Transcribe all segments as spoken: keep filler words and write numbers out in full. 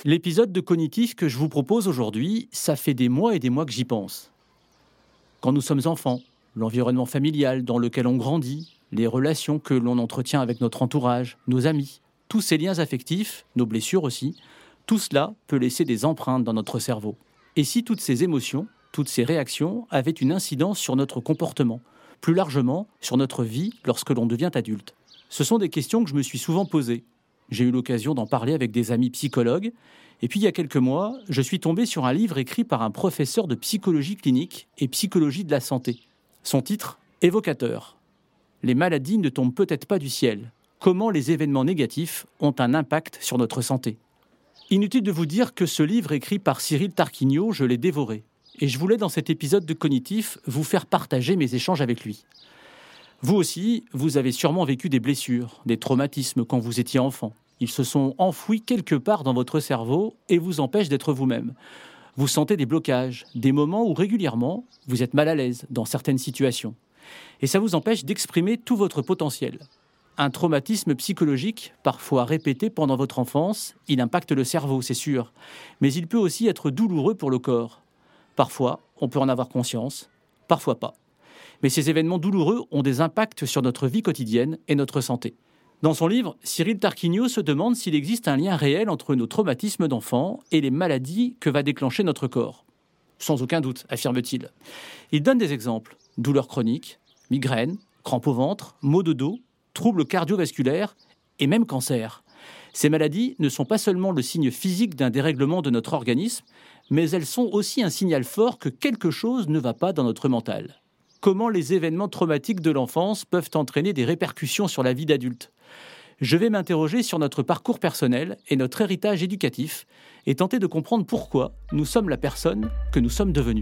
L'épisode de Cognitif que je vous propose aujourd'hui, ça fait des mois et des mois que j'y pense. Quand nous sommes enfants, l'environnement familial dans lequel on grandit, les relations que l'on entretient avec notre entourage, nos amis, tous ces liens affectifs, nos blessures aussi, tout cela peut laisser des empreintes dans notre cerveau. Et si toutes ces émotions, toutes ces réactions avaient une incidence sur notre comportement, plus largement sur notre vie lorsque l'on devient adulte? Ce sont des questions que je me suis souvent posées. J'ai eu l'occasion d'en parler avec des amis psychologues. Et puis, il y a quelques mois, je suis tombé sur un livre écrit par un professeur de psychologie clinique et psychologie de la santé. Son titre, évocateur. Les maladies ne tombent peut-être pas du ciel. Comment les événements négatifs ont un impact sur notre santé? Inutile de vous dire que ce livre écrit par Cyril Tarquinio, je l'ai dévoré. Et je voulais, dans cet épisode de Cognitif, vous faire partager mes échanges avec lui. Vous aussi, vous avez sûrement vécu des blessures, des traumatismes quand vous étiez enfant. Ils se sont enfouis quelque part dans votre cerveau et vous empêchent d'être vous-même. Vous sentez des blocages, des moments où régulièrement, vous êtes mal à l'aise dans certaines situations. Et ça vous empêche d'exprimer tout votre potentiel. Un traumatisme psychologique, parfois répété pendant votre enfance, il impacte le cerveau, c'est sûr. Mais il peut aussi être douloureux pour le corps. Parfois, on peut en avoir conscience, parfois pas. Mais ces événements douloureux ont des impacts sur notre vie quotidienne et notre santé. Dans son livre, Cyril Tarquinio se demande s'il existe un lien réel entre nos traumatismes d'enfant et les maladies que va déclencher notre corps. Sans aucun doute, affirme-t-il. Il donne des exemples. Douleurs chroniques, migraines, crampes au ventre, maux de dos, troubles cardiovasculaires et même cancer. Ces maladies ne sont pas seulement le signe physique d'un dérèglement de notre organisme, mais elles sont aussi un signal fort que quelque chose ne va pas dans notre mental. Comment les événements traumatiques de l'enfance peuvent entraîner des répercussions sur la vie d'adulte? Je vais m'interroger sur notre parcours personnel et notre héritage éducatif et tenter de comprendre pourquoi nous sommes la personne que nous sommes devenus.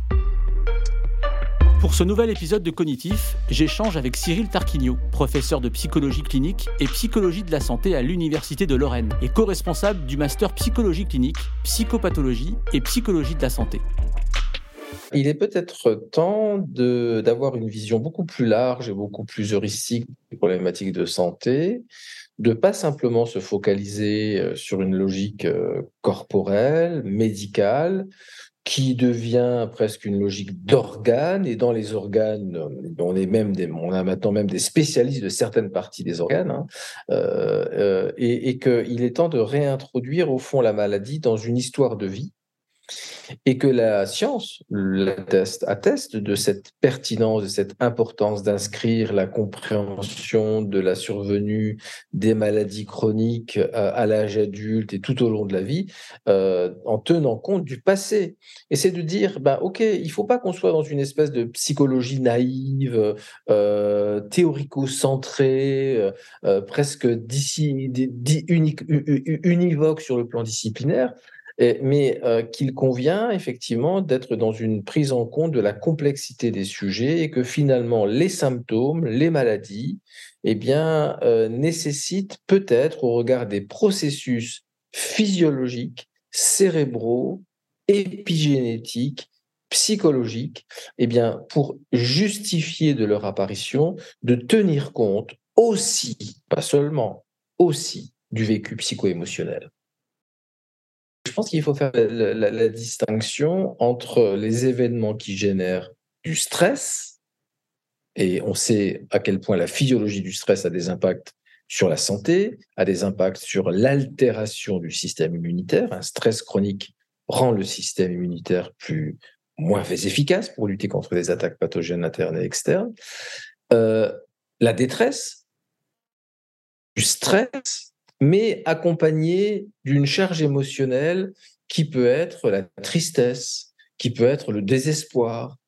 Pour ce nouvel épisode de Cognitif, j'échange avec Cyril Tarquinio, professeur de psychologie clinique et psychologie de la santé à l'Université de Lorraine et co-responsable du master psychologie clinique, psychopathologie et psychologie de la santé. Il est peut-être temps de, d'avoir une vision beaucoup plus large et beaucoup plus heuristique des problématiques de santé, de pas simplement se focaliser sur une logique corporelle, médicale, qui devient presque une logique d'organes, et dans les organes, on est même des, on a maintenant même des spécialistes de certaines parties des organes, hein, euh, euh, et, et qu'il est temps de réintroduire au fond la maladie dans une histoire de vie, et que la science l'atteste, atteste de cette pertinence, de cette importance d'inscrire la compréhension de la survenue des maladies chroniques à, à l'âge adulte et tout au long de la vie, euh, en tenant compte du passé. Et c'est de dire, ben, ok, il ne faut pas qu'on soit dans une espèce de psychologie naïve, euh, théorico-centrée, euh, presque d'ici, di, unique, univoque sur le plan disciplinaire, mais euh, qu'il convient effectivement d'être dans une prise en compte de la complexité des sujets et que finalement les symptômes, les maladies, eh bien, euh, nécessitent peut-être au regard des processus physiologiques, cérébraux, épigénétiques, psychologiques, eh bien, pour justifier de leur apparition, de tenir compte aussi, pas seulement, aussi du vécu psycho-émotionnel. Je pense qu'il faut faire la, la, la distinction entre les événements qui génèrent du stress, et on sait à quel point la physiologie du stress a des impacts sur la santé, a des impacts sur l'altération du système immunitaire. Un stress chronique rend le système immunitaire plus, moins efficace pour lutter contre les attaques pathogènes internes et externes. Euh, la détresse, du stress, mais accompagné d'une charge émotionnelle qui peut être la tristesse, qui peut être le désespoir,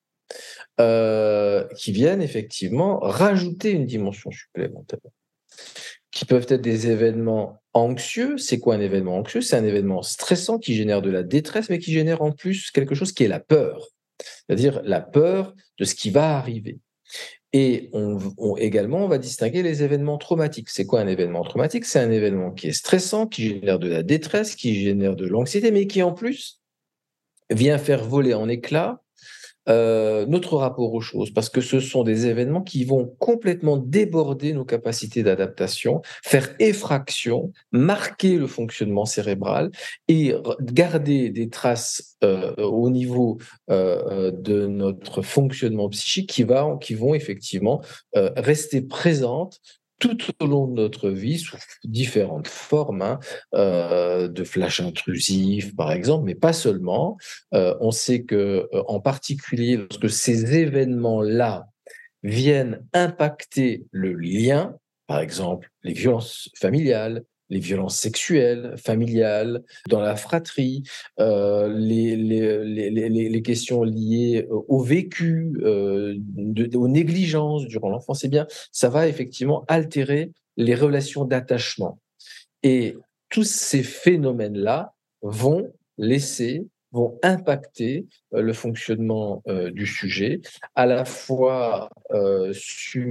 euh, qui viennent effectivement rajouter une dimension supplémentaire, qui peuvent être des événements anxieux. C'est quoi un événement anxieux? C'est un événement stressant qui génère de la détresse, mais qui génère en plus quelque chose qui est la peur, c'est-à-dire la peur de ce qui va arriver. Et on, on, également, on va distinguer les événements traumatiques. C'est quoi un événement traumatique? C'est un événement qui est stressant, qui génère de la détresse, qui génère de l'anxiété, mais qui en plus vient faire voler en éclats heu, notre rapport aux choses, parce que ce sont des événements qui vont complètement déborder nos capacités d'adaptation, faire effraction, marquer le fonctionnement cérébral et r garder des traces, heu, au niveau, heu heu, de notre fonctionnement psychique qui va qui vont effectivement, heu, rester présentes tout au long de notre vie sous différentes formes, hein, heu, de flash intrusif par exemple, mais pas seulement. Heu, on sait que, heu, en particulier lorsque ces événements-là viennent impacter le lien, par exemple les violences familiales, les violences sexuelles, familiales, dans la fratrie, heu, les les, les les les les questions liées au au vécu, heu, de aux négligences durant l'enfance, eh bien, ça va effectivement altérer les relations d'attachement. Et tous ces phénomènes-là vont laisser, vont impacter, heu, le fonctionnement, heu, du sujet, à la fois, heu, sur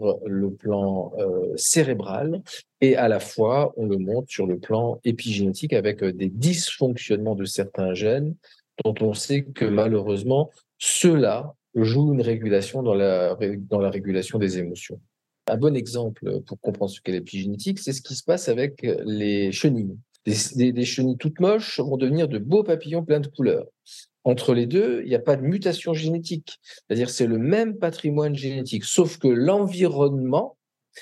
le plan, heu, cérébral et à la fois, on le montre sur le plan épigénétique avec, heu, des dysfonctionnements de certains gènes dont on sait que malheureusement, ceux-là jouent une régulation dans la ré dans la régulation des émotions. Un bon exemple pour comprendre ce qu'est l'épigénétique, c'est ce qui se passe avec, heu, les chenilles. Des des des chenilles toutes moches vont devenir de beaux papillons pleins de couleurs. Entre les deux, il y a pas de mutation génétique. C'est-à-dire, c'est le même patrimoine génétique, sauf que l'environnement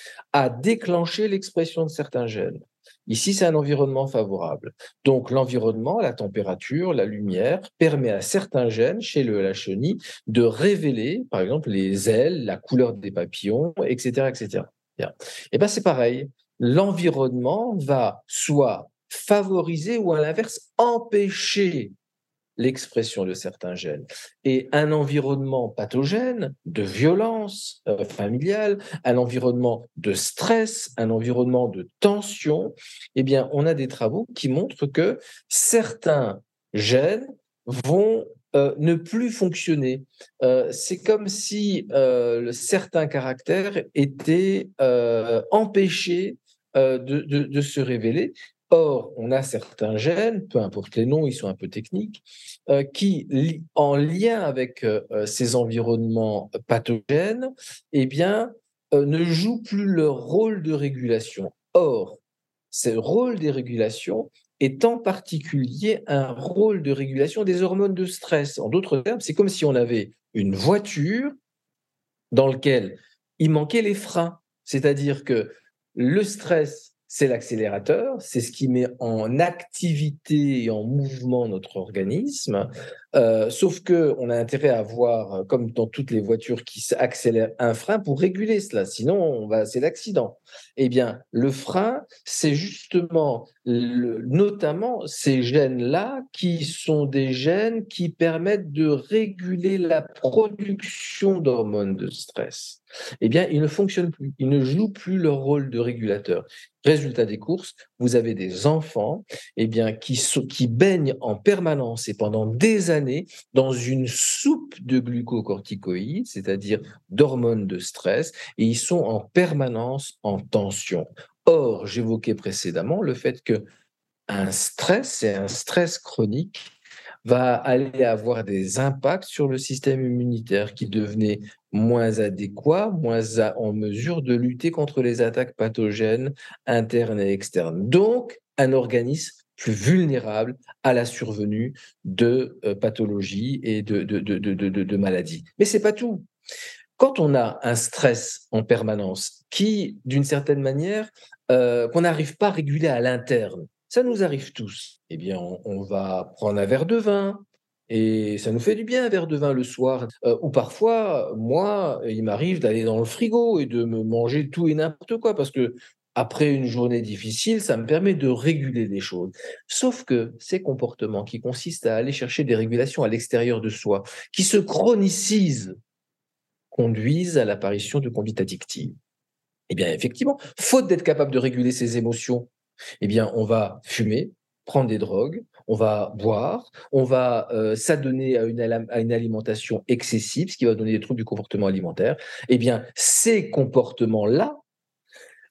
a déclenché l'expression de certains gènes. Ici, c'est un environnement favorable. Donc l'environnement, la température, la lumière, permet à certains gènes chez le la chenille de révéler, par exemple, les ailes, la couleur des papillons, et cetera, et cetera. Bien. Et ben, c'est pareil. L'environnement va soit favoriser ou à l'inverse empêcher l'expression de certains gènes. Et un environnement pathogène, de violence euh, familiale, un environnement de stress, un environnement de tension, eh bien, on a des travaux qui montrent que certains gènes vont euh, ne plus fonctionner. Euh, c'est comme si euh, le- certains caractères étaient euh, empêchés euh, de, de- de se révéler. Or, on a certains gènes, peu importe les noms, ils sont un peu techniques, heu, qui, li en lien avec, heu heu, ces environnements pathogènes, eh bien, heu, ne jouent plus leur rôle de régulation. Or, ce rôle des régulations est en particulier un rôle de régulation des hormones de stress. En d'autres termes, c'est comme si on avait une voiture dans lequel il manquait les freins. C'est-à-dire que le stress, c'est l'accélérateur, c'est ce qui met en activité et en mouvement notre organisme. Heu, sauf qu'on a intérêt à avoir, euh, comme dans toutes les voitures qui accélèrent, un frein pour réguler cela, sinon on va c'est l'accident. Eh bien, le frein, c'est justement le notamment ces gènes-là qui sont des gènes qui permettent de réguler la production d'hormones de stress. Eh bien, ils ne fonctionnent plus, ils ne jouent plus leur rôle de régulateur. Résultat des courses, vous avez des enfants, eh bien, qui, sont- qui baignent en permanence et pendant des années dans une soupe de glucocorticoïdes, c'est-à-dire d'hormones de stress, et ils sont en permanence en tension. Or, j'évoquais précédemment le fait que un stress et un stress chronique va aller avoir des impacts sur le système immunitaire qui devenait moins adéquat, moins à en mesure de lutter contre les attaques pathogènes internes et externes. Donc, un organisme plus vulnérable à la survenue de, heu, pathologies et de de de de de de de maladies. Mais c'est pas tout. Quand on a un stress en permanence qui, d'une certaine manière, heu, qu'on n'arrive pas à réguler à l'interne, ça nous arrive tous. Eh bien, on on va prendre un verre de vin et ça nous fait du bien un verre de vin le soir. Heu, ou parfois, moi, il m'arrive d'aller dans le frigo et de me manger tout et n'importe quoi parce qu'après une journée difficile, ça me permet de réguler des choses. Sauf que ces comportements qui consistent à aller chercher des régulations à l'extérieur de soi, qui se chronicisent conduisent à l'apparition de conduites addictives. Eh bien, effectivement, faute d'être capable de réguler ses émotions, eh bien, on va fumer, prendre des drogues, on va boire, on va euh, s'adonner à une, ala- à une alimentation excessive, ce qui va donner des troubles du comportement alimentaire. Eh bien, ces comportements-là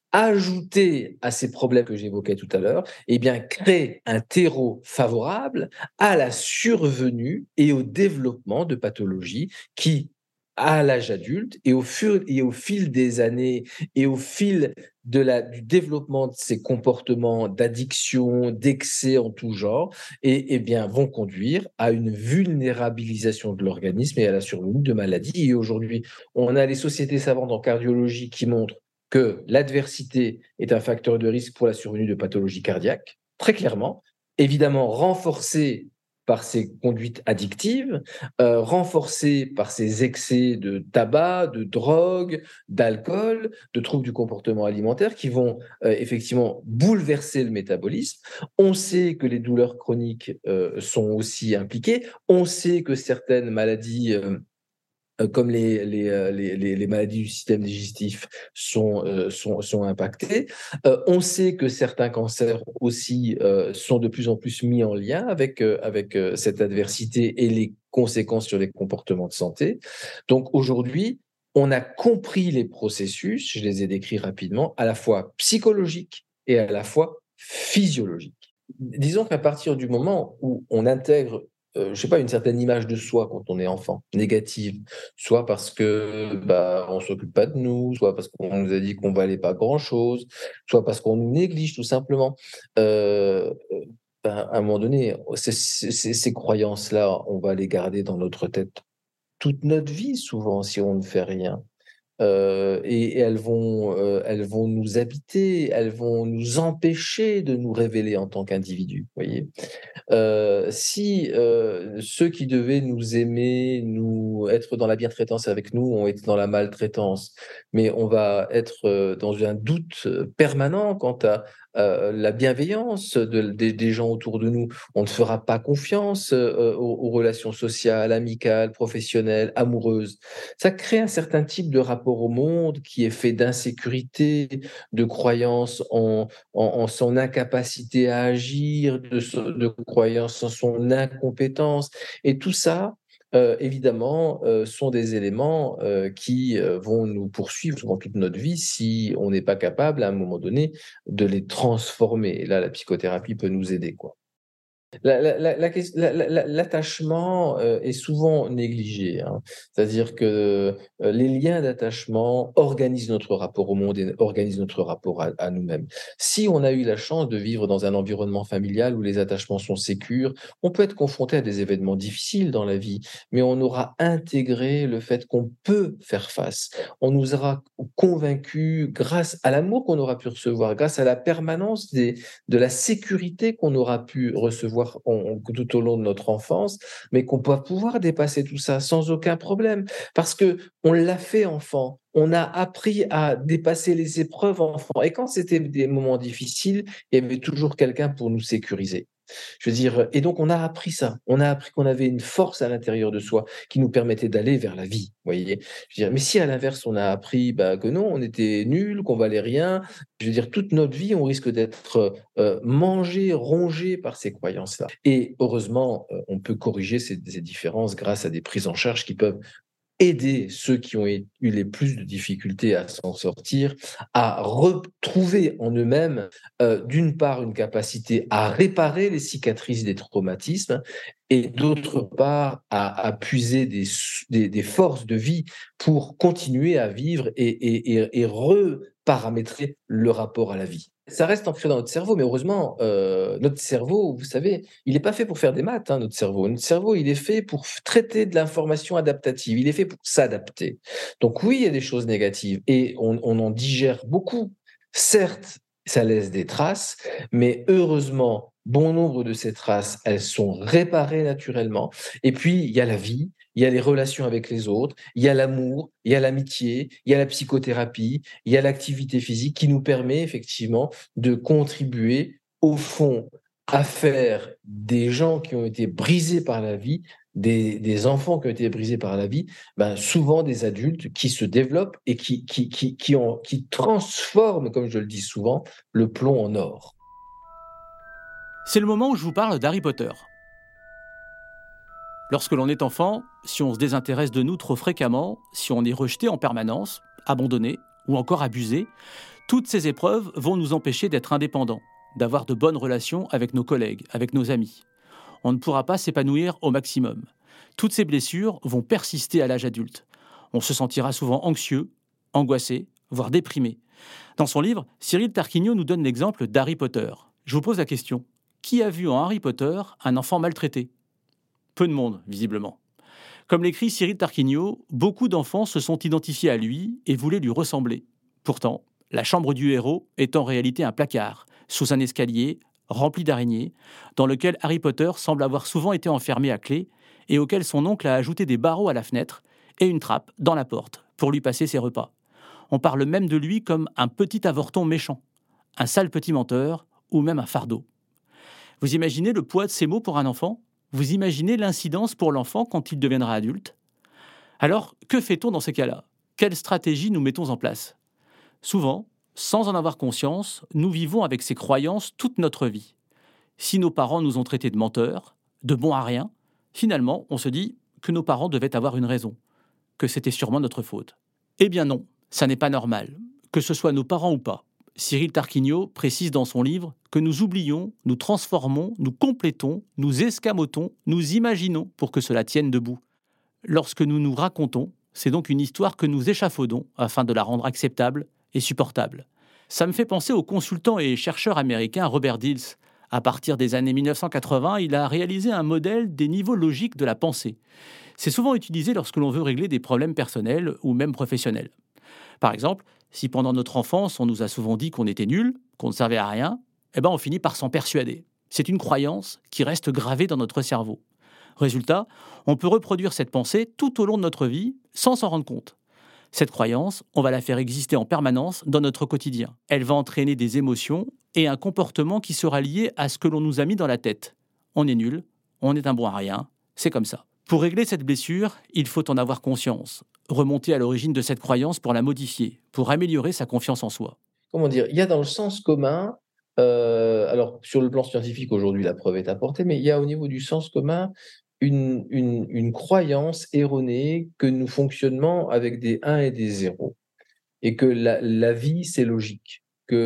ajouté à ces problèmes que j'évoquais tout à l'heure, eh bien, crée un terreau favorable à la survenue et au développement de pathologies qui, à l'âge adulte et au fur et au fil des années et au fil de la du développement de ces comportements d'addiction, d'excès en tout genre et eh bien, vont conduire à une vulnérabilisation de l'organisme et à la survenue de maladies et aujourd'hui, on a les sociétés savantes en cardiologie qui montrent que l'adversité est un facteur de risque pour la survenue de pathologies cardiaques, très clairement, évidemment renforcé par ces conduites addictives, heu, renforcé par ces excès de tabac, de drogue, d'alcool, de troubles du comportement alimentaire qui vont, heu, effectivement bouleverser le métabolisme. On sait que les douleurs chroniques, heu, sont aussi impliquées. On sait que certaines maladies, hem heu, comme les les, heu, les les les maladies du système digestif sont, heu, sont sont impactées. Heu, on sait que certains cancers aussi, heu, sont de plus en plus mis en lien avec, heu, avec, heu, cette adversité et les conséquences sur les comportements de santé. Donc aujourd'hui, on a compris les processus, je les ai décrits rapidement, à la fois psychologiques et à la fois physiologiques. Disons qu'à partir du moment où on intègre, heu, je sais pas, une certaine image de soi quand on est enfant, négative, soit parce que, bah, on s'occupe pas de nous, soit parce qu'on nous a dit qu'on valait pas grand-chose, soit parce qu'on nous néglige tout simplement. Heu, heu, ben, à un moment donné, ces ces ces ces croyances-là, on va les garder dans notre tête toute notre vie souvent si on ne fait rien. Heu et et elles vont, heu, elles vont nous habiter, elles vont nous empêcher de nous révéler en tant qu'individus, vous voyez? Heu, si, heu, ceux qui devaient nous aimer, nous être dans la bientraitance avec nous, ont été dans la maltraitance, mais on va être, heu, dans un doute, heu, permanent quant à, heu, la bienveillance de des des gens autour de nous. On ne fera pas confiance, heu heu, aux aux relations sociales, amicales, professionnelles, amoureuses. Ça crée un certain type de rapport au monde qui est fait d'insécurité, de croyances en en en son incapacité à agir, de se de croyance en son incompétence et tout ça, heu, évidemment, heu, sont des éléments, heu, qui, heu, vont nous poursuivre durant toute notre vie si on n'est pas capable, à un moment donné, de les transformer et là, la psychothérapie peut nous aider, quoi. La la la la ques la la la l'attachement, heu, est souvent négligé, hein. C'est-à-dire que, heu, les liens d'attachement organisent notre rapport au monde et organisent notre rapport à à nous-mêmes. Si on a eu la chance de vivre dans un environnement familial où les attachements sont sécures, on peut être confronté à des événements difficiles dans la vie, mais on aura intégré le fait qu'on peut faire face. On nous aura convaincus grâce à l'amour qu'on aura pu recevoir, grâce à la permanence des de la sécurité qu'on aura pu recevoir on tout au long de notre enfance, mais qu'on va pouvoir dépasser tout ça sans aucun problème. Parce que on l'a fait enfant, on a appris à dépasser les épreuves enfant et quand c'était des moments difficiles, il y avait toujours quelqu'un pour nous sécuriser. Je veux dire, et donc on a appris ça. On a appris qu'on avait une force à l'intérieur de soi qui nous permettait d'aller vers la vie, vous voyez? Je veux dire, mais si à l'inverse on a appris, bah, que non, on était nuls, qu'on valait rien, je veux dire toute notre vie, on risque d'être, heu, mangé, rongé par ces croyances-là. Et heureusement, heu, on peut corriger ces ces différences grâce à des prises en charge qui peuvent aider ceux qui ont eu les plus de difficultés à s'en sortir, à retrouver en eux-mêmes, heu, d'une part, une capacité à réparer les cicatrices des traumatismes et d'autre part, à à puiser des s des des forces de vie pour continuer à vivre et et et et reparamétrer le rapport à la vie. Ça reste ancré dans notre cerveau, mais heureusement, heu, notre cerveau, vous savez, il est pas fait pour faire des maths, hein, notre cerveau. Notre cerveau, il est fait pour f traiter de l'information adaptative, il est fait pour s'adapter. Donc oui, il y a des choses négatives et on on en digère beaucoup. Certes, ça laisse des traces, mais heureusement, bon nombre de ces traces, elles sont réparées naturellement et puis il y a la vie, il y a les relations avec les autres, il y a l'amour, il y a l'amitié, il y a la psychothérapie, il y a l'activité physique qui nous permet effectivement de contribuer, au fond, à faire des gens qui ont été brisés par la vie, des des enfants qui ont été brisés par la vie, ben, souvent des adultes qui se développent et qui qui qui qui ont qui transforment, comme je le dis souvent, le plomb en or. C'est le moment où je vous parle d'Harry Potter. Lorsque l'on est enfant, si on se désintéresse de nous trop fréquemment, si on est rejeté en permanence, abandonné ou encore abusé, Toutes ces épreuves vont nous empêcher d'être indépendants, d'avoir de bonnes relations avec nos collègues, avec nos amis. On ne pourra pas s'épanouir au maximum. Toutes ces blessures vont persister à l'âge adulte. On se sentira souvent anxieux, angoissé, voire déprimé. Dans son livre, Cyril Tarquinio nous donne l'exemple d'Harry Potter. Je vous pose la question, qui a vu en Harry Potter un enfant maltraité ? Peu de monde, visiblement. Comme l'écrit Cyril Tarquinio, beaucoup d'enfants se sont identifiés à lui et voulaient lui ressembler. Pourtant, la chambre du héros est en réalité un placard, sous un escalier, rempli d'araignées, dans lequel Harry Potter semble avoir souvent été enfermé à clé et auquel son oncle a ajouté des barreaux à la fenêtre et une trappe dans la porte pour lui passer ses repas. On parle même de lui comme un petit avorton méchant, un sale petit menteur ou même un fardeau. Vous imaginez le poids de ces mots pour un enfant ? Vous imaginez l'incidence pour l'enfant quand il deviendra adulte ? Alors, que fait-on dans ces cas-là ? Quelle stratégie nous mettons en place ? Souvent, sans en avoir conscience, nous vivons avec ces croyances toute notre vie. Si nos parents nous ont traités de menteurs, de bons à rien, finalement, on se dit que nos parents devaient avoir une raison, que c'était sûrement notre faute. Eh bien non, ça n'est pas normal, que ce soit nos parents ou pas. Cyril Tarquinio précise dans son livre que nous oublions, nous transformons, nous complétons, nous escamotons, nous imaginons pour que cela tienne debout. Lorsque nous nous racontons, c'est donc une histoire que nous échafaudons afin de la rendre acceptable et supportable. Ça me fait penser au consultant et chercheur américain Robert Dills. À partir des années mille neuf cent quatre-vingts, il a réalisé un modèle des niveaux logiques de la pensée. C'est souvent utilisé lorsque l'on veut régler des problèmes personnels ou même professionnels. Par exemple, si pendant notre enfance, on nous a souvent dit qu'on était nul, qu'on ne servait à rien, eh ben on finit par s'en persuader. C'est une croyance qui reste gravée dans notre cerveau. Résultat, on peut reproduire cette pensée tout au long de notre vie sans s'en rendre compte. Cette croyance, on va la faire exister en permanence dans notre quotidien. Elle va entraîner des émotions et un comportement qui sera lié à ce que l'on nous a mis dans la tête. On est nul, on est un bon à rien, c'est comme ça. Pour régler cette blessure, il faut en avoir conscience, remonter à l'origine de cette croyance pour la modifier, pour améliorer sa confiance en soi. Comment dire? Il y a dans le sens commun, heu, alors sur le plan scientifique aujourd'hui la preuve est apportée, mais il y a au niveau du sens commun une une une croyance erronée que nous fonctionnons avec des un et des zéro et que la la vie c'est logique,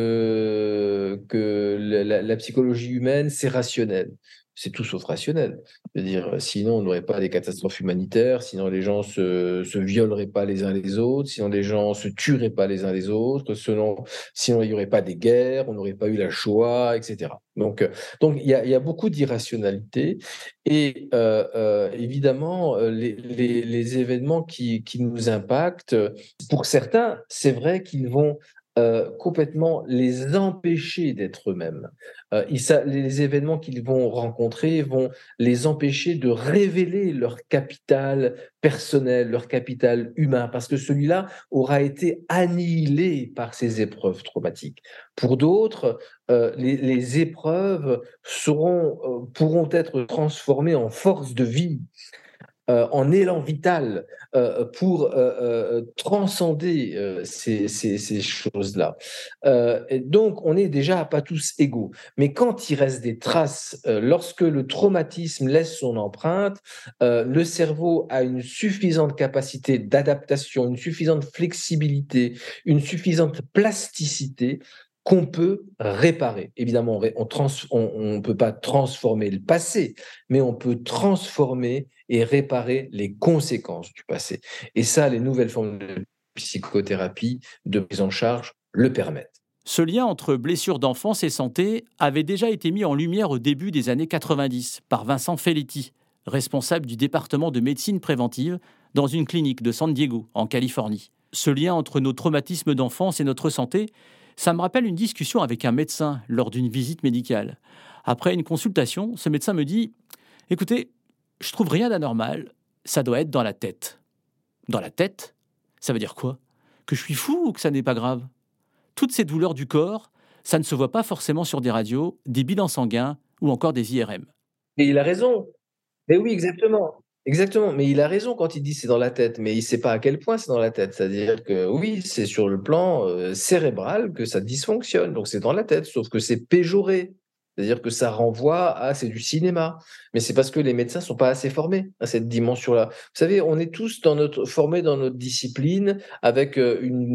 que que la la la psychologie humaine c'est rationnel. C'est tout sauf rationnel. Je veux dire, sinon on n'aurait pas des catastrophes humanitaires, sinon les gens se se violeraient pas les uns les autres, sinon les gens se tueraient pas les uns les autres, selon sinon il y aurait pas des guerres, on n'aurait pas eu la Shoah et cetera. Donc heu, donc il y a il y a beaucoup d'irrationalité et heu heu, évidemment, heu, les les les événements qui qui nous impactent, pour certains, c'est vrai qu'ils vont, heu, complètement les empêcher d'être eux-mêmes. Heu, ils sa les événements qu'ils vont rencontrer vont les empêcher de révéler leur capital personnel, leur capital humain, parce que celui-là aura été annihilé par ces épreuves traumatiques. Pour d'autres, heu, les les épreuves seront, heu, pourront être transformées en force de vie. Heu, en élan vital, heu, pour, heu heu transcender, heu, ces ces ces choses-là. Heu et donc on n'est déjà pas tous égaux. Mais quand il reste des traces, heu, lorsque le traumatisme laisse son empreinte, heu, le cerveau a une suffisante capacité d'adaptation, une suffisante flexibilité, une suffisante plasticité qu'on peut réparer. Évidemment, on ré on trans on on peut pas transformer le passé, mais on peut transformer et réparer les conséquences du passé. Et ça, les nouvelles formes de psychothérapie, de prise en charge, le permettent. Ce lien entre blessures d'enfance et santé avait déjà été mis en lumière au début des années quatre-vingt-dix par Vincent Felitti, responsable du département de médecine préventive dans une clinique de San Diego, en Californie. Ce lien entre nos traumatismes d'enfance et notre santé, ça me rappelle une discussion avec un médecin lors d'une visite médicale. Après une consultation, ce médecin me dit « Écoutez, je trouve rien d'anormal, ça doit être dans la tête. » Dans la tête ? Ça veut dire quoi ? Que je suis fou ou que ça n'est pas grave ? Toutes ces douleurs du corps, ça ne se voit pas forcément sur des radios, des bilans sanguins ou encore des I R M. Et il a raison. Mais oui, exactement. Exactement, mais il a raison quand il dit: «C'est dans la tête», mais il sait pas à quel point c'est dans la tête. C'est-à-dire que oui, c'est sur le plan, heu, cérébral que ça dysfonctionne, donc c'est dans la tête, sauf que c'est péjoré. C'est-à-dire que ça renvoie à c'est du cinéma, mais c'est parce que les médecins sont pas assez formés à cette dimension-là. Vous savez, on est tous dans notre formés dans notre discipline avec, heu, une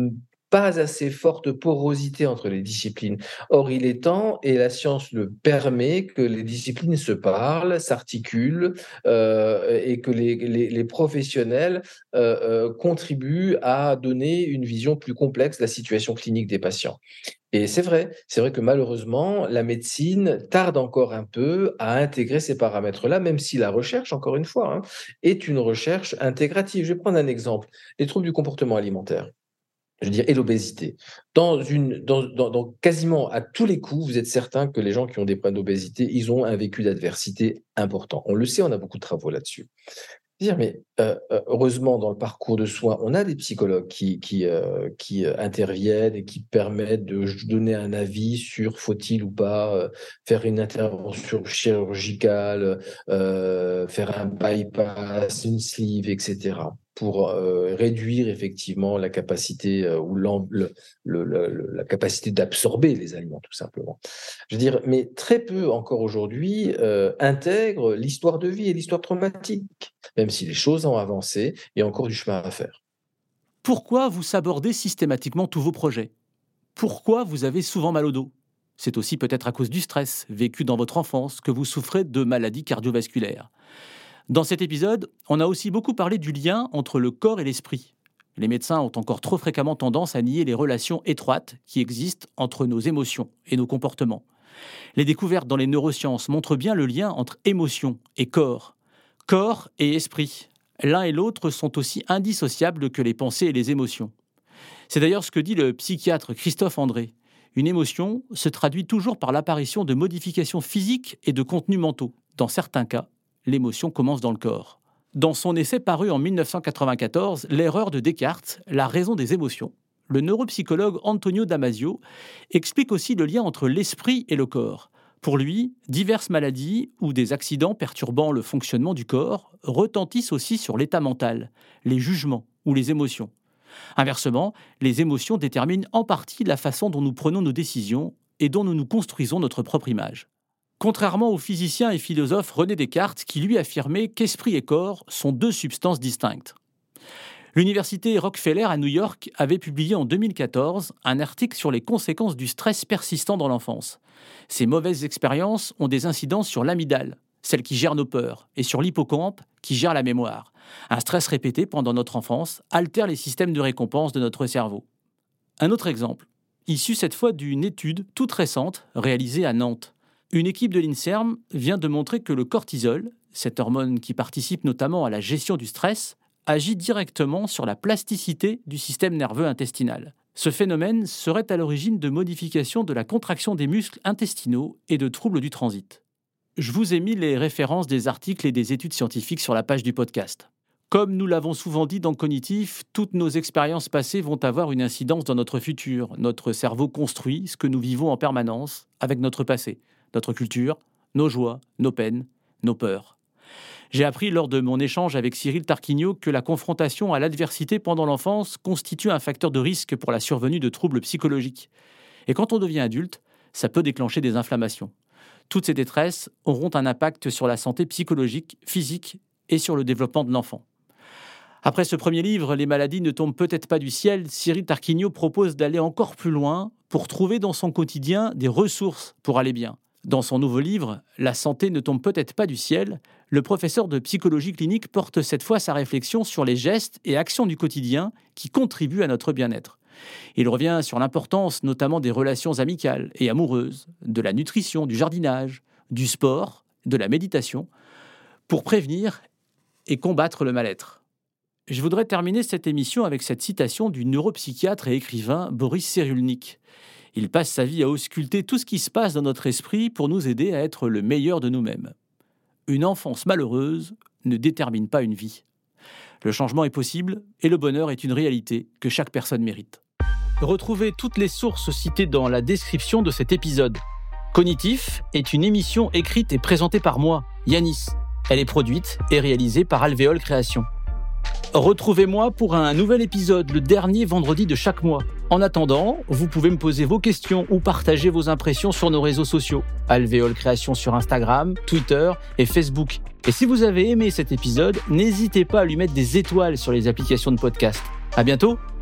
pas assez forte porosité entre les disciplines. Or, il est temps, et la science le permet, que les disciplines se parlent, s'articulent, euh, et que les, les, les professionnels euh, euh, contribuent à donner une vision plus complexe de la situation clinique des patients. Et c'est vrai, c'est vrai que malheureusement, la médecine tarde encore un peu à intégrer ces paramètres-là, même si la recherche, encore une fois, hein, est une recherche intégrative. Je vais prendre un exemple, les troubles du comportement alimentaire. Je veux dire, et l'obésité. Dans une, dans, dans, dans quasiment à tous les coups, vous êtes certain que les gens qui ont des problèmes d'obésité, ils ont un vécu d'adversité important. On le sait, on a beaucoup de travaux là-dessus. Dire, mais euh, heureusement, dans le parcours de soins, on a des psychologues qui, qui, euh, qui interviennent et qui permettent de donner un avis sur faut-il ou pas euh, faire une intervention chirurgicale, euh, faire un bypass, une sleeve, et cetera, pour euh, réduire effectivement la capacité euh, ou le, le, le, la capacité d'absorber les aliments, tout simplement. Je veux dire, mais très peu encore aujourd'hui euh, intègrent l'histoire de vie et l'histoire traumatique, même si les choses ont avancé, il y a encore du chemin à faire. Pourquoi vous sabordez systématiquement tous vos projets ? Pourquoi vous avez souvent mal au dos ? C'est aussi peut-être à cause du stress vécu dans votre enfance que vous souffrez de maladies cardiovasculaires. Dans cet épisode, on a aussi beaucoup parlé du lien entre le corps et l'esprit. Les médecins ont encore trop fréquemment tendance à nier les relations étroites qui existent entre nos émotions et nos comportements. Les découvertes dans les neurosciences montrent bien le lien entre émotion et corps. Corps et esprit. L'un et l'autre sont aussi indissociables que les pensées et les émotions. C'est d'ailleurs ce que dit le psychiatre Christophe André. Une émotion se traduit toujours par l'apparition de modifications physiques et de contenus mentaux. Dans certains cas, l'émotion commence dans le corps. Dans son essai paru en dix-neuf cent quatre-vingt-quatorze, L'erreur de Descartes, la raison des émotions, le neuropsychologue Antonio Damasio explique aussi le lien entre l'esprit et le corps. Pour lui, diverses maladies ou des accidents perturbant le fonctionnement du corps retentissent aussi sur l'état mental, les jugements ou les émotions. Inversement, les émotions déterminent en partie la façon dont nous prenons nos décisions et dont nous nous construisons notre propre image. Contrairement au physicien et philosophe René Descartes qui lui affirmait qu'esprit et corps sont deux substances distinctes. L'université Rockefeller à New York avait publié en deux mille quatorze un article sur les conséquences du stress persistant dans l'enfance. Ces mauvaises expériences ont des incidences sur l'amygdale, celle qui gère nos peurs, et sur l'hippocampe, qui gère la mémoire. Un stress répété pendant notre enfance altère les systèmes de récompense de notre cerveau. Un autre exemple, issu cette fois d'une étude toute récente réalisée à Nantes. Une équipe de l'INSERM vient de montrer que le cortisol, cette hormone qui participe notamment à la gestion du stress, agit directement sur la plasticité du système nerveux intestinal. Ce phénomène serait à l'origine de modifications de la contraction des muscles intestinaux et de troubles du transit. Je vous ai mis les références des articles et des études scientifiques sur la page du podcast. Comme nous l'avons souvent dit dans Cognitif, toutes nos expériences passées vont avoir une incidence dans notre futur. Notre cerveau construit ce que nous vivons en permanence avec notre passé, notre culture, nos joies, nos peines, nos peurs. J'ai appris lors de mon échange avec Cyril Tarquinio que la confrontation à l'adversité pendant l'enfance constitue un facteur de risque pour la survenue de troubles psychologiques. Et quand on devient adulte, ça peut déclencher des inflammations. Toutes ces détresses auront un impact sur la santé psychologique, physique et sur le développement de l'enfant. Après ce premier livre, Les maladies ne tombent peut-être pas du ciel, Cyril Tarquinio propose d'aller encore plus loin pour trouver dans son quotidien des ressources pour aller bien. Dans son nouveau livre, La santé ne tombe peut-être pas du ciel, le professeur de psychologie clinique porte cette fois sa réflexion sur les gestes et actions du quotidien qui contribuent à notre bien-être. Il revient sur l'importance notamment des relations amicales et amoureuses, de la nutrition, du jardinage, du sport, de la méditation, pour prévenir et combattre le mal-être. Je voudrais terminer cette émission avec cette citation du neuropsychiatre et écrivain Boris Cyrulnik. Il passe sa vie à ausculter tout ce qui se passe dans notre esprit pour nous aider à être le meilleur de nous-mêmes. Une enfance malheureuse ne détermine pas une vie. Le changement est possible et le bonheur est une réalité que chaque personne mérite. Retrouvez toutes les sources citées dans la description de cet épisode. Cognitif est une émission écrite et présentée par moi, Yanis. Elle est produite et réalisée par Alvéole Création. Retrouvez-moi pour un nouvel épisode le dernier vendredi de chaque mois. En attendant, vous pouvez me poser vos questions ou partager vos impressions sur nos réseaux sociaux. Alvéole Création sur Instagram, Twitter et Facebook. Et si vous avez aimé cet épisode, n'hésitez pas à lui mettre des étoiles sur les applications de podcast. À bientôt!